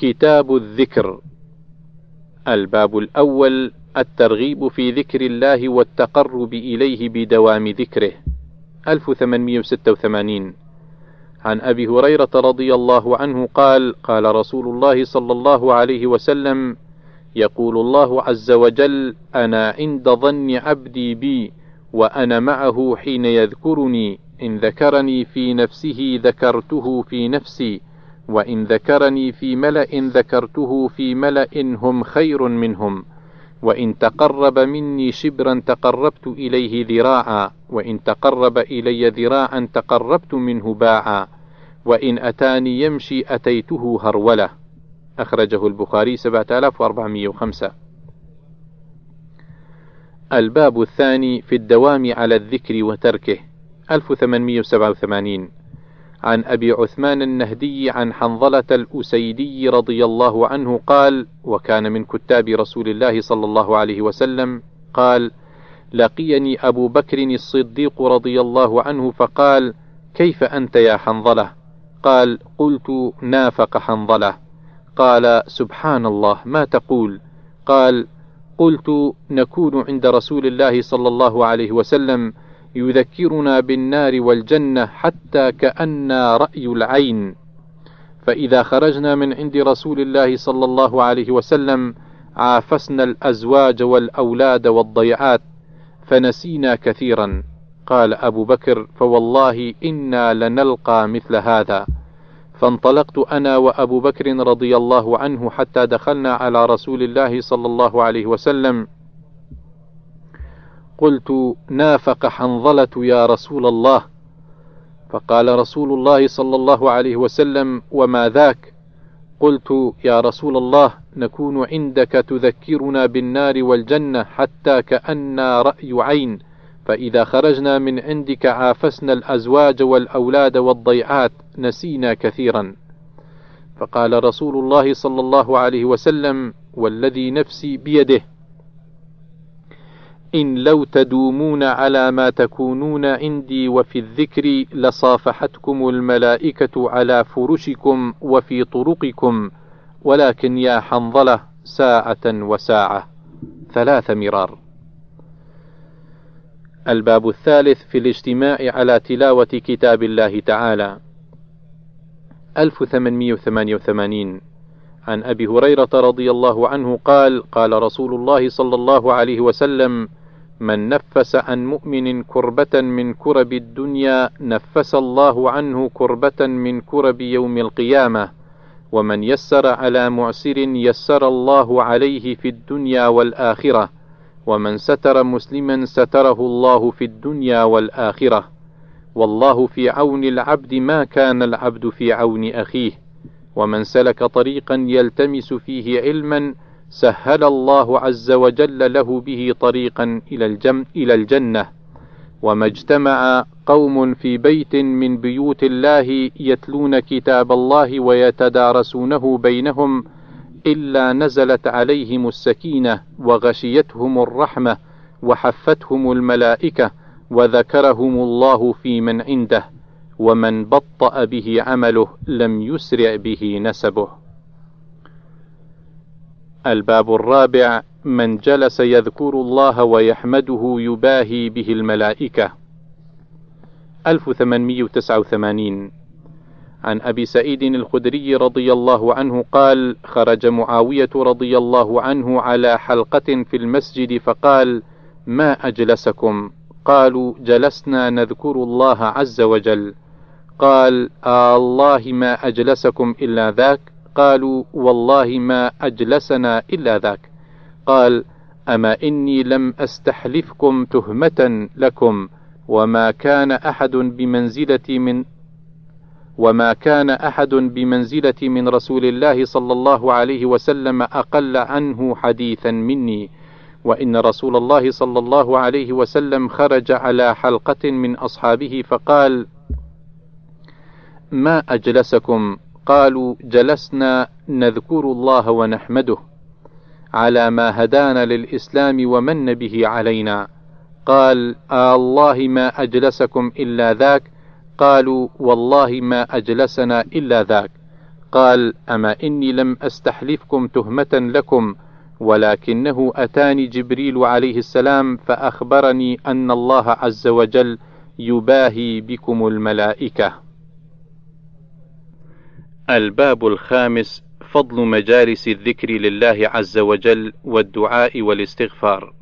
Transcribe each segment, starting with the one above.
كتاب الذكر. الباب الأول: الترغيب في ذكر الله والتقرب إليه بدوام ذكره. 1886. عن أبي هريرة رضي الله عنه قال: قال رسول الله صلى الله عليه وسلم: يقول الله عز وجل: أنا عند ظن عبدي بي وأنا معه حين يذكرني، إن ذكرني في نفسه ذكرته في نفسي، وإن ذكرني في ملأ ذكرته في ملأ هم خير منهم، وإن تقرب مني شبرا تقربت إليه ذراعا، وإن تقرب إلي ذراعا تقربت منه باعا، وإن أتاني يمشي أتيته هرولة. أخرجه البخاري 7405. الباب الثاني: في الدوام على الذكر وتركه. 1887. عن أبي عثمان النهدي عن حنظلة الأسيدي رضي الله عنه قال: وكان من كتاب رسول الله صلى الله عليه وسلم، قال: لقيني أبو بكر الصديق رضي الله عنه فقال: كيف أنت يا حنظلة؟ قال: قلت: نافق حنظلة. قال: سبحان الله، ما تقول؟ قال: قلت: نكون عند رسول الله صلى الله عليه وسلم يذكرنا بالنار والجنة حتى كأننا رأي العين، فإذا خرجنا من عند رسول الله صلى الله عليه وسلم عافسنا الأزواج والأولاد والضيعات فنسينا كثيرا. قال أبو بكر: فوالله إنا لنلقى مثل هذا. فانطلقت أنا وأبو بكر رضي الله عنه حتى دخلنا على رسول الله صلى الله عليه وسلم. قلت: نافق حنظلة يا رسول الله. فقال رسول الله صلى الله عليه وسلم: وما ذاك؟ قلت: يا رسول الله، نكون عندك تذكرنا بالنار والجنة حتى كأننا رأي عين، فإذا خرجنا من عندك عافسنا الأزواج والأولاد والضيعات نسينا كثيرا. فقال رسول الله صلى الله عليه وسلم: والذي نفسي بيده، إن لو تدومون على ما تكونون عندي وفي الذكر لصافحتكم الملائكة على فرشكم وفي طرقكم، ولكن يا حنظلة ساعة وساعة. 3 مرار. الباب الثالث: في الاجتماع على تلاوة كتاب الله تعالى. 1888. عن أبي هريرة رضي الله عنه قال: قال رسول الله صلى الله عليه وسلم: من نفس عن مؤمن كربة من كرب الدنيا نفس الله عنه كربة من كرب يوم القيامة، ومن يسر على معسر يسر الله عليه في الدنيا والآخرة، ومن ستر مسلما ستره الله في الدنيا والآخرة، والله في عون العبد ما كان العبد في عون أخيه، ومن سلك طريقا يلتمس فيه علما سهل الله عز وجل له به طريقا إلى الجنة. وما اجتمع قوم في بيت من بيوت الله يتلون كتاب الله ويتدارسونه بينهم إلا نزلت عليهم السكينة وغشيتهم الرحمة وحفتهم الملائكة وذكرهم الله في من عنده، ومن بطأ به عمله لم يسرع به نسبه. الباب الرابع: من جلس يذكر الله ويحمده يباهي به الملائكة. 1889. عن أبي سعيد الخدري رضي الله عنه قال: خرج معاوية رضي الله عنه على حلقة في المسجد فقال: ما أجلسكم؟ قالوا: جلسنا نذكر الله عز وجل. قال: الله ما أجلسكم إلا ذاك؟ قالوا: والله ما أجلسنا إلا ذاك. قال: أما إني لم أستحلفكم تهمة لكم، وما كان أحد بمنزلة من رسول الله صلى الله عليه وسلم أقل عنه حديثا مني، وإن رسول الله صلى الله عليه وسلم خرج على حلقة من أصحابه فقال: ما أجلسكم؟ قالوا: جلسنا نذكر الله ونحمده على ما هدانا للإسلام ومن به علينا. قال: الله ما أجلسكم إلا ذاك؟ قالوا: والله ما أجلسنا إلا ذاك. فقال: أما إني لم أستحلفكم تهمة لكم، ولكنه أتاني جبريل عليه السلام فأخبرني أن الله عز وجل يباهي بكم الملائكة. الباب الخامس: فضل مجالس الذكر لله عز وجل والدعاء والاستغفار.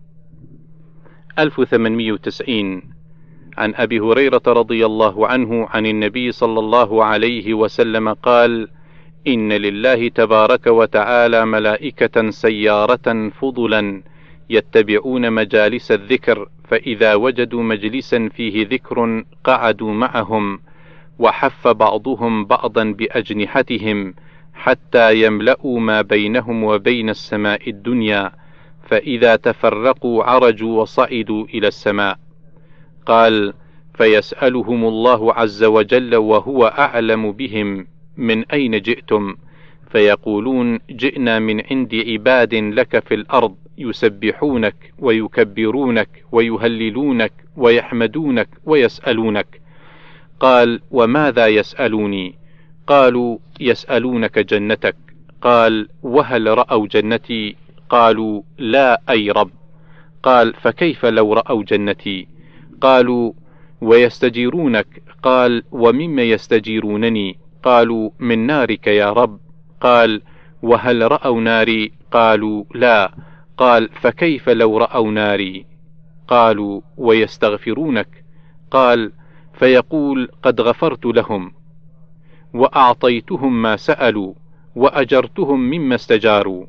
1890 عن أبي هريرة رضي الله عنه عن النبي صلى الله عليه وسلم قال: إن لله تبارك وتعالى ملائكة سيارة فضلا يتبعون مجالس الذكر، فإذا وجدوا مجلسا فيه ذكر قعدوا معهم، وحف بعضهم بعضا بأجنحتهم حتى يملأوا ما بينهم وبين السماء الدنيا، فإذا تفرقوا عرجوا وصعدوا إلى السماء. قال: فيسألهم الله عز وجل وهو أعلم بهم: من أين جئتم؟ فيقولون: جئنا من عند عباد لك في الأرض يسبحونك ويكبرونك ويهللونك ويحمدونك ويسألونك. قال: وماذا يسألوني؟ قالوا: يسألونك جنتك. قال: وهل رأوا جنتي؟ قالوا: لا أي رب. قال: فكيف لو رأوا جنتي؟ قالوا: ويستجيرونك. قال: ومما يستجيرونني؟ قالوا: من نارك يا رب. قال: وهل رأوا ناري؟ قالوا: لا. قال: فكيف لو رأوا ناري؟ قالوا: ويستغفرونك. قال: فيقول: قد غفرت لهم وأعطيتهم ما سألوا وأجرتهم مما استجاروا.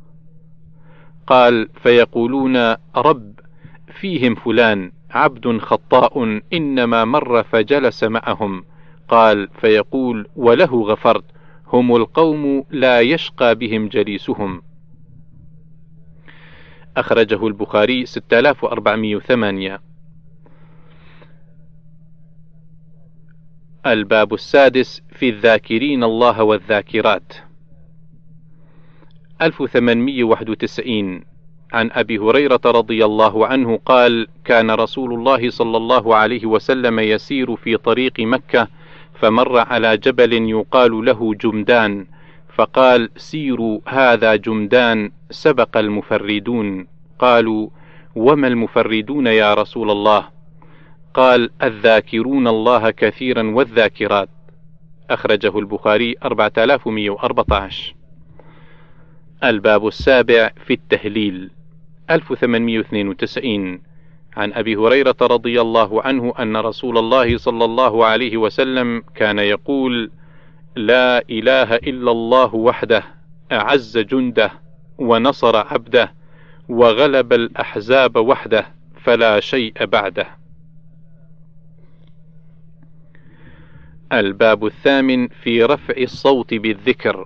قال: فيقولون: رب، فيهم فلان عبد خطاء إنما مر فجلس معهم. قال: فيقول: وله غفرت، هم القوم لا يشقى بهم جليسهم. أخرجه البخاري 6408. الباب السادس: في الذاكرين الله والذاكرات. 1891 عن أبي هريرة رضي الله عنه قال: كان رسول الله صلى الله عليه وسلم يسير في طريق مكة، فمر على جبل يقال له جمدان، فقال: سيروا هذا جمدان، سبق المفردون. قالوا: وما المفردون يا رسول الله؟ قال: الذاكرون الله كثيرا والذاكرات. أخرجه البخاري 4114. الباب السابع: في التهليل. 1892 عن أبي هريرة رضي الله عنه أن رسول الله صلى الله عليه وسلم كان يقول: لا إله إلا الله وحده، أعز جنده ونصر عبده وغلب الأحزاب وحده، فلا شيء بعده. الباب الثامن: في رفع الصوت بالذكر.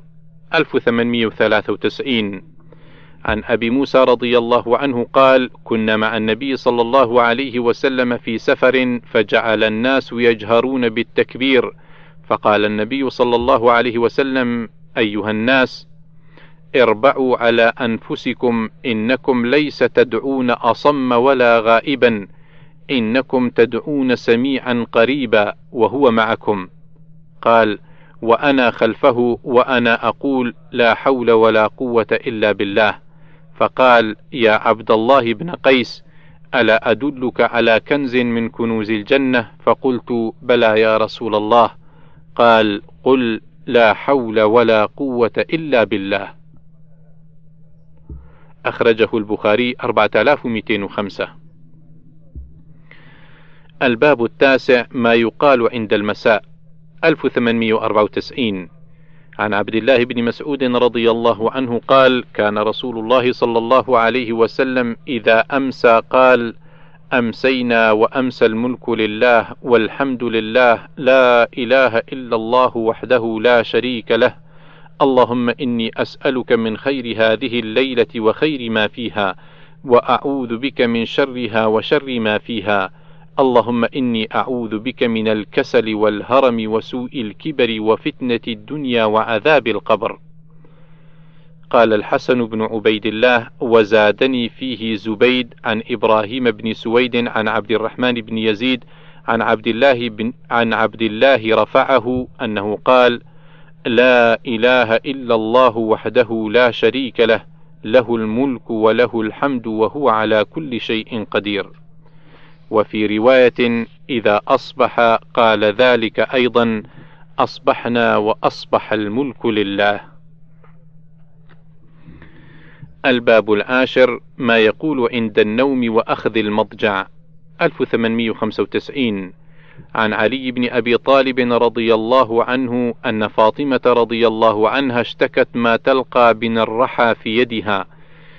1893 عن أبي موسى رضي الله عنه قال: كنا مع النبي صلى الله عليه وسلم في سفر، فجعل الناس يجهرون بالتكبير، فقال النبي صلى الله عليه وسلم: أيها الناس، اربعوا على أنفسكم، إنكم ليس تدعون أصم ولا غائبا، إنكم تدعون سميعا قريبا وهو معكم. قال: وأنا خلفه وأنا أقول: لا حول ولا قوة إلا بالله. فقال: يا عبد الله بن قيس، ألا أدلك على كنز من كنوز الجنة؟ فقلت: بلى يا رسول الله. قال: قل: لا حول ولا قوة إلا بالله. أخرجه البخاري 4205. الباب التاسع: ما يقال عند المساء. 1894 عن عبد الله بن مسعود رضي الله عنه قال: كان رسول الله صلى الله عليه وسلم إذا أمسى قال: أمسينا وأمسى الملك لله والحمد لله، لا إله إلا الله وحده لا شريك له، اللهم إني أسألك من خير هذه الليلة وخير ما فيها، وأعوذ بك من شرها وشر ما فيها، اللهم إني أعوذ بك من الكسل والهرم وسوء الكبر وفتنة الدنيا وعذاب القبر. قال الحسن بن عبيد الله: وزادني فيه زبيد عن إبراهيم بن سويد عن عبد الرحمن بن يزيد عن عبد الله رفعه أنه قال: لا إله إلا الله وحده لا شريك له، له الملك وله الحمد وهو على كل شيء قدير. وفي رواية إذا أصبح قال ذلك أيضا: أصبحنا وأصبح الملك لله. الباب 10 ما يقول عند النوم وأخذ المضجع. 1895 عن علي بن أبي طالب رضي الله عنه أن فاطمة رضي الله عنها اشتكت ما تلقى من الرحى في يدها،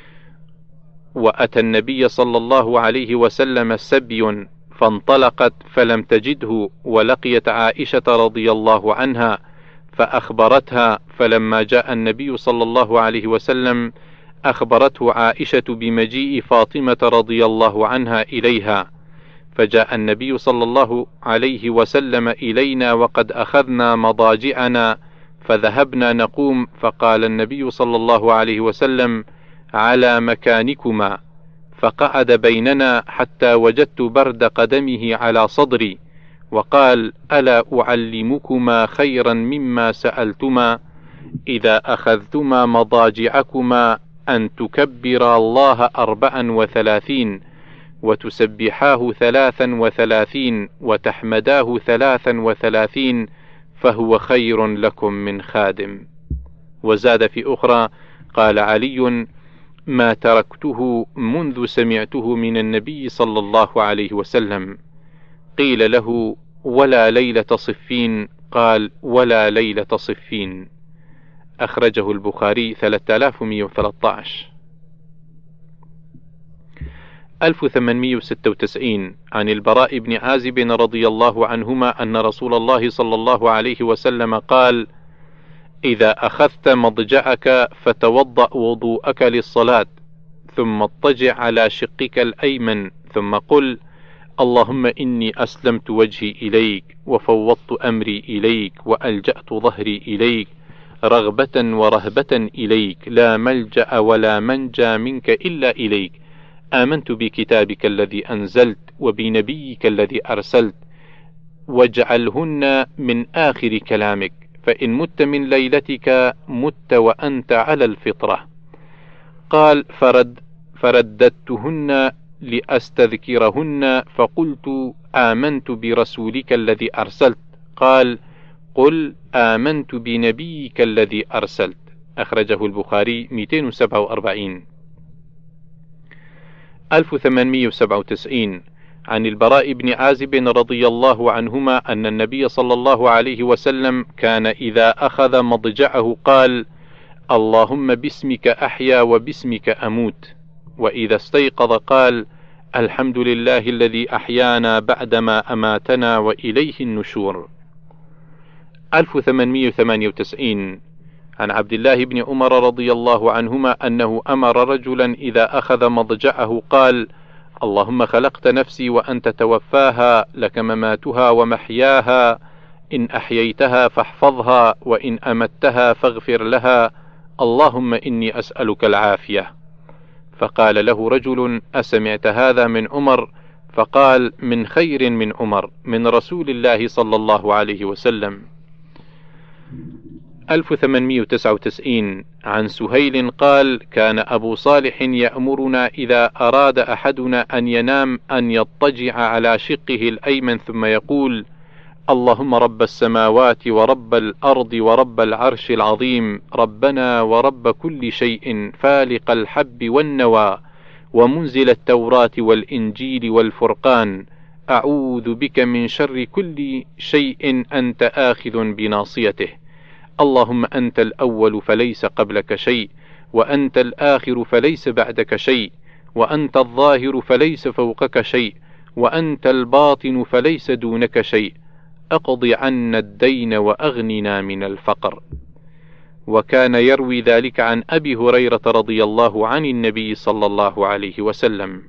وأتى النبي صلى الله عليه وسلم سبي فانطلقت فلم تجده، ولقيت عائشة رضي الله عنها فأخبرتها، فلما جاء النبي صلى الله عليه وسلم أخبرته عائشة بمجيء فاطمة رضي الله عنها إليها، فجاء النبي صلى الله عليه وسلم إلينا وقد أخذنا مضاجعنا فذهبنا نقوم، فقال النبي صلى الله عليه وسلم: على مكانكما، فقعد بيننا حتى وجدت برد قدمه على صدري، وقال: ألا أعلمكما خيرا مما سألتما؟ إذا أخذتما مضاجعكما أن تكبر الله 34 وتسبحاه 33 وتحمداه 33، فهو خير لكم من خادم. وزاد في أخرى: قال علي: ما تركته منذ سمعته من النبي صلى الله عليه وسلم. قيل له: ولا ليلة صفين؟ قال: ولا ليلة صفين. أخرجه البخاري 3113. 1896 عن البراء بن عازب رضي الله عنهما أن رسول الله صلى الله عليه وسلم قال: إذا أخذت مضجعك فتوضأ وضوءك للصلاة، ثم اضطجع على شقك الأيمن، ثم قل: اللهم إني أسلمت وجهي إليك وفوضت أمري إليك وألجأت ظهري إليك رغبة ورهبة إليك، لا ملجأ ولا منجى منك إلا إليك، آمنت بكتابك الذي أنزلت وبنبيك الذي أرسلت، واجعلهن من آخر كلامك، فإن مت من ليلتك مت وأنت على الفطرة. قال: فرددتهن لأستذكرهن، فقلت: آمنت برسولك الذي أرسلت. قال: قل: آمنت بنبيك الذي أرسلت. أخرجه البخاري 247. 1897 عن البراء بن عازب رضي الله عنهما أن النبي صلى الله عليه وسلم كان إذا أخذ مضجعه قال: اللهم باسمك أحيا وباسمك أموت. وإذا استيقظ قال: الحمد لله الذي أحيانا بعدما أماتنا وإليه النشور. 1898 عن عبد الله بن عمر رضي الله عنهما أنه أمر رجلا إذا أخذ مضجعه قال: اللهم خلقت نفسي وأنت توفاها، لك مماتها ومحياها، إن أحييتها فاحفظها، وإن أمتها فاغفر لها، اللهم إني أسألك العافية. فقال له رجل: أسمعت هذا من عمر؟ فقال: من خير من عمر، من رسول الله صلى الله عليه وسلم. 1899 عن سهيل قال: كان أبو صالح يأمرنا إذا أراد أحدنا أن ينام أن يضطجع على شقه الأيمن ثم يقول: اللهم رب السماوات ورب الأرض ورب العرش العظيم، ربنا ورب كل شيء، فالق الحب والنوى، ومنزل التوراة والإنجيل والفرقان، أعوذ بك من شر كل شيء أنت آخذ بناصيته، اللهم أنت الأول فليس قبلك شيء، وأنت الآخر فليس بعدك شيء، وأنت الظاهر فليس فوقك شيء، وأنت الباطن فليس دونك شيء، أقض عنا الدين وأغننا من الفقر. وكان يروي ذلك عن أبي هريرة رضي الله عن النبي صلى الله عليه وسلم.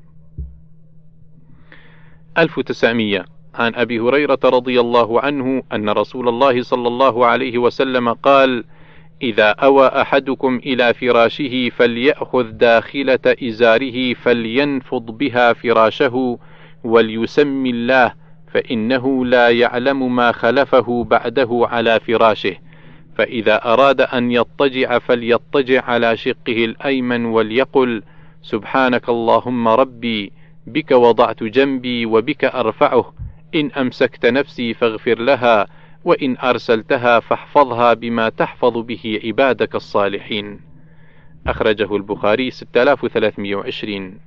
1900 عن أبي هريرة رضي الله عنه أن رسول الله صلى الله عليه وسلم قال: إذا أوى أحدكم إلى فراشه فليأخذ داخلة إزاره فلينفض بها فراشه وليسم الله، فإنه لا يعلم ما خلفه بعده على فراشه، فإذا أراد أن يضطجع فليضطجع على شقه الأيمن وليقل: سبحانك اللهم ربي، بك وضعت جنبي وبك أرفعه، إن أمسكت نفسي فاغفر لها، وإن أرسلتها فاحفظها بما تحفظ به عبادك الصالحين. أخرجه البخاري 6320.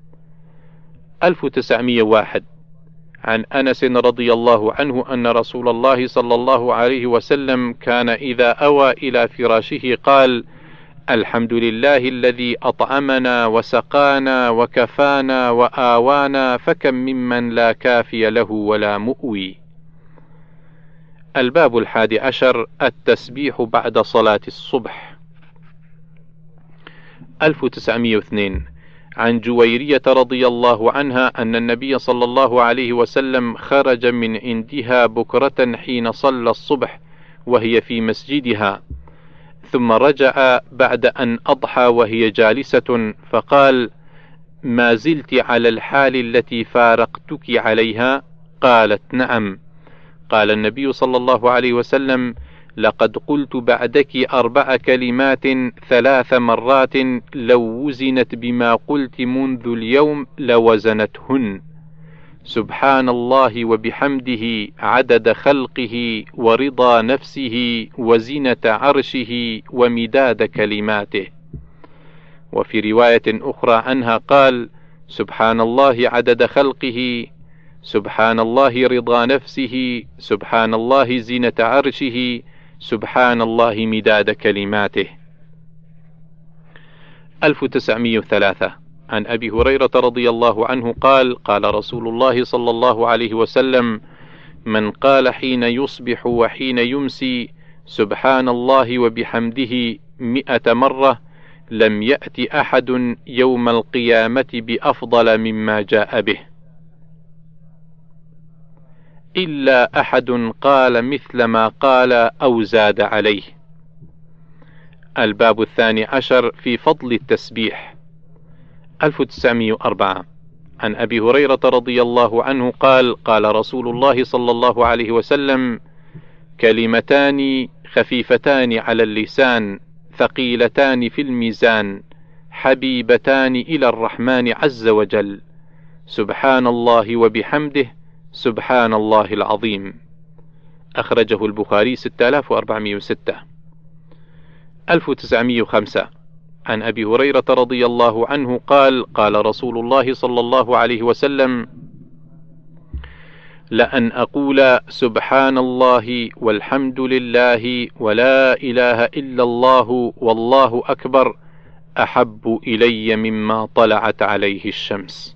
1901 عن أنس رضي الله عنه أن رسول الله صلى الله عليه وسلم كان إذا أوى إلى فراشه قال: الحمد لله الذي أطعمنا وسقانا وكفانا وآوانا، فكم ممن لا كافي له ولا مؤوي. الباب 11 التسبيح بعد صلاة الصبح. 1902 عن جويرية رضي الله عنها أن النبي صلى الله عليه وسلم خرج من عندها بكرة حين صلى الصبح وهي في مسجدها، ثم رجع بعد أن أضحى وهي جالسة، فقال: ما زلت على الحال التي فارقتك عليها؟ قالت: نعم. قال النبي صلى الله عليه وسلم: لقد قلت بعدك 4 كلمات 3 مرات لو وزنت بما قلت منذ اليوم لوزنتهن: سبحان الله وبحمده عدد خلقه ورضا نفسه وزنة عرشه ومداد كلماته. وفي رواية أخرى عنها قال: سبحان الله عدد خلقه، سبحان الله رضا نفسه، سبحان الله زينة عرشه، سبحان الله مداد كلماته. 1903 عن أبي هريرة رضي الله عنه قال: قال رسول الله صلى الله عليه وسلم: من قال حين يصبح وحين يمسي سبحان الله وبحمده 100 مرة لم يأت أحد يوم القيامة بأفضل مما جاء به، إلا أحد قال مثل ما قال أو زاد عليه. الباب 12 في فضل التسبيح. 1904 عن أبي هريرة رضي الله عنه قال: قال رسول الله صلى الله عليه وسلم: كلمتان خفيفتان على اللسان ثقيلتان في الميزان حبيبتان إلى الرحمن عز وجل: سبحان الله وبحمده، سبحان الله العظيم. أخرجه البخاري 6406. 1905 عن أبي هريرة رضي الله عنه قال: قال رسول الله صلى الله عليه وسلم: لأن أقول سبحان الله والحمد لله ولا إله إلا الله والله أكبر أحب إلي مما طلعت عليه الشمس.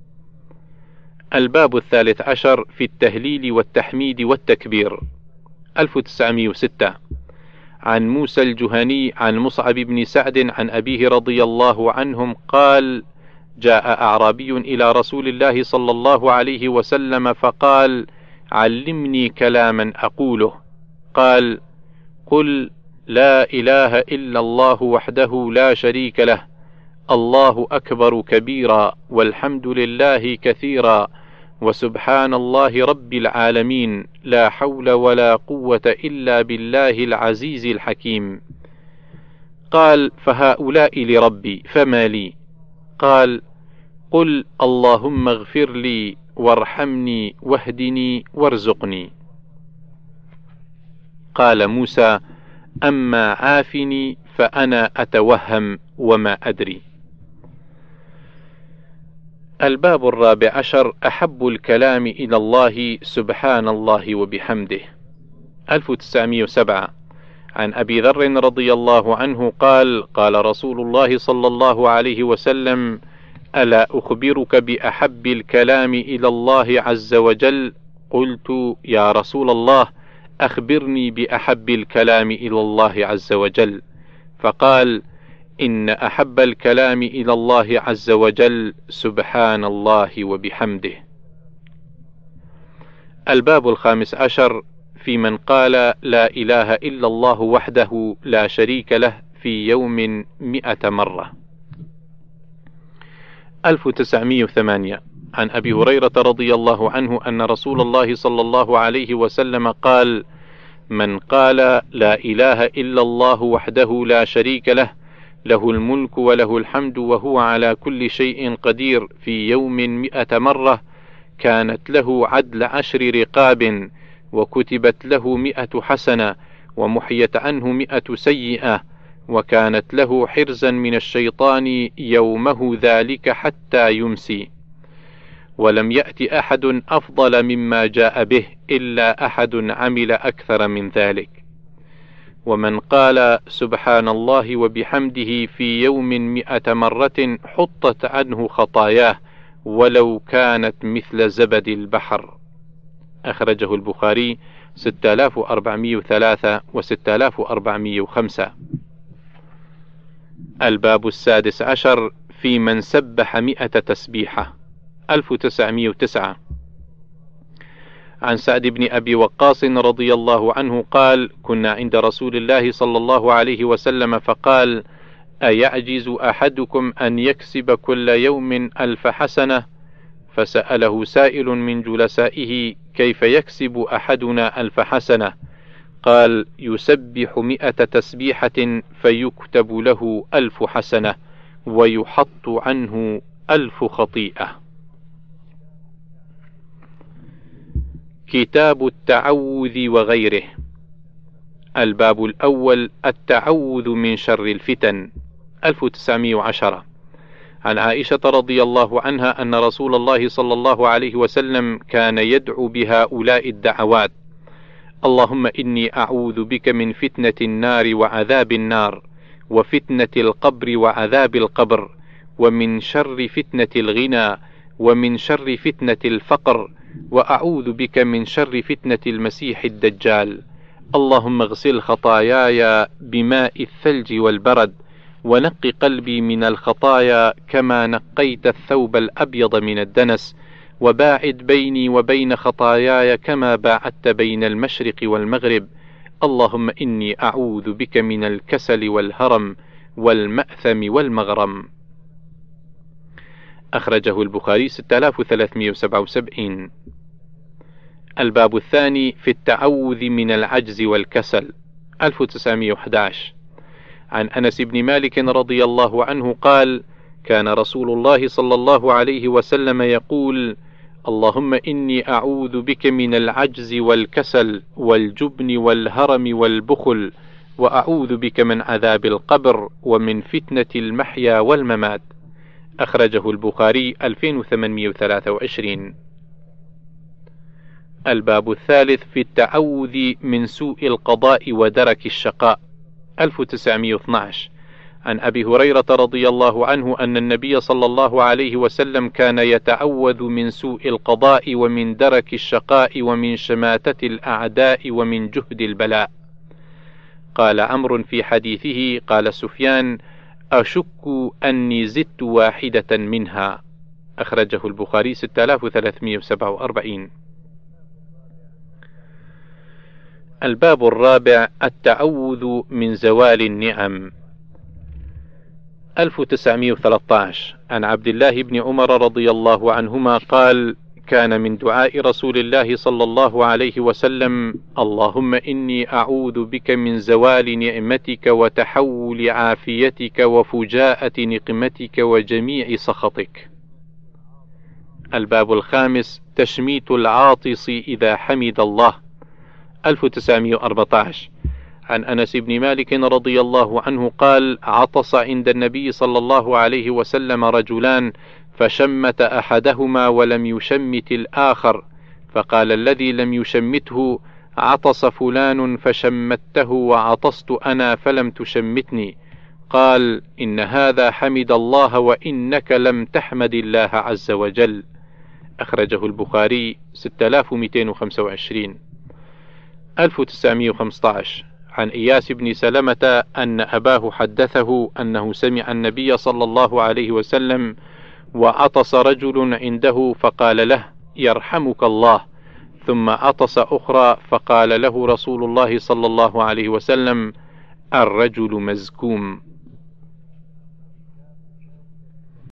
الباب 13 في التهليل والتحميد والتكبير. 1906 عن موسى الجهني عن مصعب بن سعد عن أبيه رضي الله عنهم قال: جاء أعرابي إلى رسول الله صلى الله عليه وسلم فقال: علمني كلاما أقوله. قال: قل لا إله إلا الله وحده لا شريك له، الله أكبر كبيرا، والحمد لله كثيرا، وسبحان الله رب العالمين، لا حول ولا قوة إلا بالله العزيز الحكيم. قال: فهؤلاء لربي فما لي؟ قال: قل اللهم اغفر لي وارحمني واهدني وارزقني. قال موسى: أما عافني فأنا أتوهم وما أدري. الباب 14 أحب الكلام إلى الله سبحان الله وبحمده. 1907 عن أبي ذر رضي الله عنه قال: قال رسول الله صلى الله عليه وسلم: ألا أخبرك بأحب الكلام إلى الله عز وجل؟ قلت: يا رسول الله أخبرني بأحب الكلام إلى الله عز وجل. فقال: إن أحب الكلام إلى الله عز وجل سبحان الله وبحمده. الباب 15 في من قال لا إله إلا الله وحده لا شريك له في يوم 100 مرة. 1908 عن أبي هريرة رضي الله عنه أن رسول الله صلى الله عليه وسلم قال: من قال لا إله إلا الله وحده لا شريك له، له الملك وله الحمد وهو على كل شيء قدير، في يوم 100 مرة، كانت له عدل 10 رقاب، وكتبت له 100 حسنة، ومحيت عنه 100 سيئة، وكانت له حرزا من الشيطان يومه ذلك حتى يمسي. ولم يأت أحد أفضل مما جاء به إلا أحد عمل أكثر من ذلك. ومن قال سبحان الله وبحمده في يوم 100 مرة حطت عنه خطاياه ولو كانت مثل زبد البحر. أخرجه البخاري 6403 و 6405. الباب 16 في من سبح 100 تسبيحة. 1909. عن سعد بن أبي وقاص رضي الله عنه قال: كنا عند رسول الله صلى الله عليه وسلم فقال: أيعجز أحدكم أن يكسب كل يوم 1000 حسنة؟ فسأله سائل من جلسائه: كيف يكسب أحدنا 1000 حسنة؟ قال: يسبح 100 تسبيحة فيكتب له 1000 حسنة ويحط عنه 1000 خطيئة. كتاب التعوذ وغيره. الباب الأول: التعوذ من شر الفتن. 1910. عن عائشة رضي الله عنها أن رسول الله صلى الله عليه وسلم كان يدعو بهؤلاء الدعوات: اللهم إني أعوذ بك من فتنة النار وعذاب النار، وفتنة القبر وعذاب القبر، ومن شر فتنة الغنى، ومن شر فتنة الفقر، وأعوذ بك من شر فتنة المسيح الدجال. اللهم اغسل خطاياي بماء الثلج والبرد، ونق قلبي من الخطايا كما نقيت الثوب الأبيض من الدنس، وباعد بيني وبين خطاياي كما باعدت بين المشرق والمغرب. اللهم إني أعوذ بك من الكسل والهرم والمأثم والمغرم. أخرجه البخاري 6377. الباب الثاني في التعوذ من العجز والكسل. 1911. عن أنس بن مالك رضي الله عنه قال: كان رسول الله صلى الله عليه وسلم يقول: اللهم إني أعوذ بك من العجز والكسل والجبن والهرم والبخل، وأعوذ بك من عذاب القبر ومن فتنة المحيا والممات. أخرجه البخاري 2823. الباب الثالث في التعوذ من سوء القضاء ودرك الشقاء. 1912. عن أبي هريرة رضي الله عنه أن النبي صلى الله عليه وسلم كان يتعوذ من سوء القضاء ومن درك الشقاء ومن شماتة الأعداء ومن جهد البلاء. قال عمرو في حديثه: قال سفيان: أشك أني زدت واحدة منها. أخرجه البخاري 6347. الباب الرابع: التعوذ من زوال النعم. 1913. عن عبد الله بن عمر رضي الله عنهما قال: كان من دعاء رسول الله صلى الله عليه وسلم: اللهم إني أعوذ بك من زوال نعمتك وتحول عافيتك وفجاءة نقمتك وجميع سخطك. الباب الخامس: تشميت العاطس إذا حمد الله. 1914. عن أنس بن مالك رضي الله عنه قال: عطس عند النبي صلى الله عليه وسلم رجلان، فشمت أحدهما ولم يشمت الآخر، فقال الذي لم يشمته: عطس فلان فشمته وعطست أنا فلم تشمتني. قال: إن هذا حمد الله وإنك لم تحمد الله عز وجل. أخرجه البخاري 6225. 1915. عن إياس بن سلمة أن أباه حدثه أنه سمع النبي صلى الله عليه وسلم وعطس رجل عنده فقال له: يرحمك الله، ثم عطس أخرى فقال له رسول الله صلى الله عليه وسلم: الرجل مزكوم.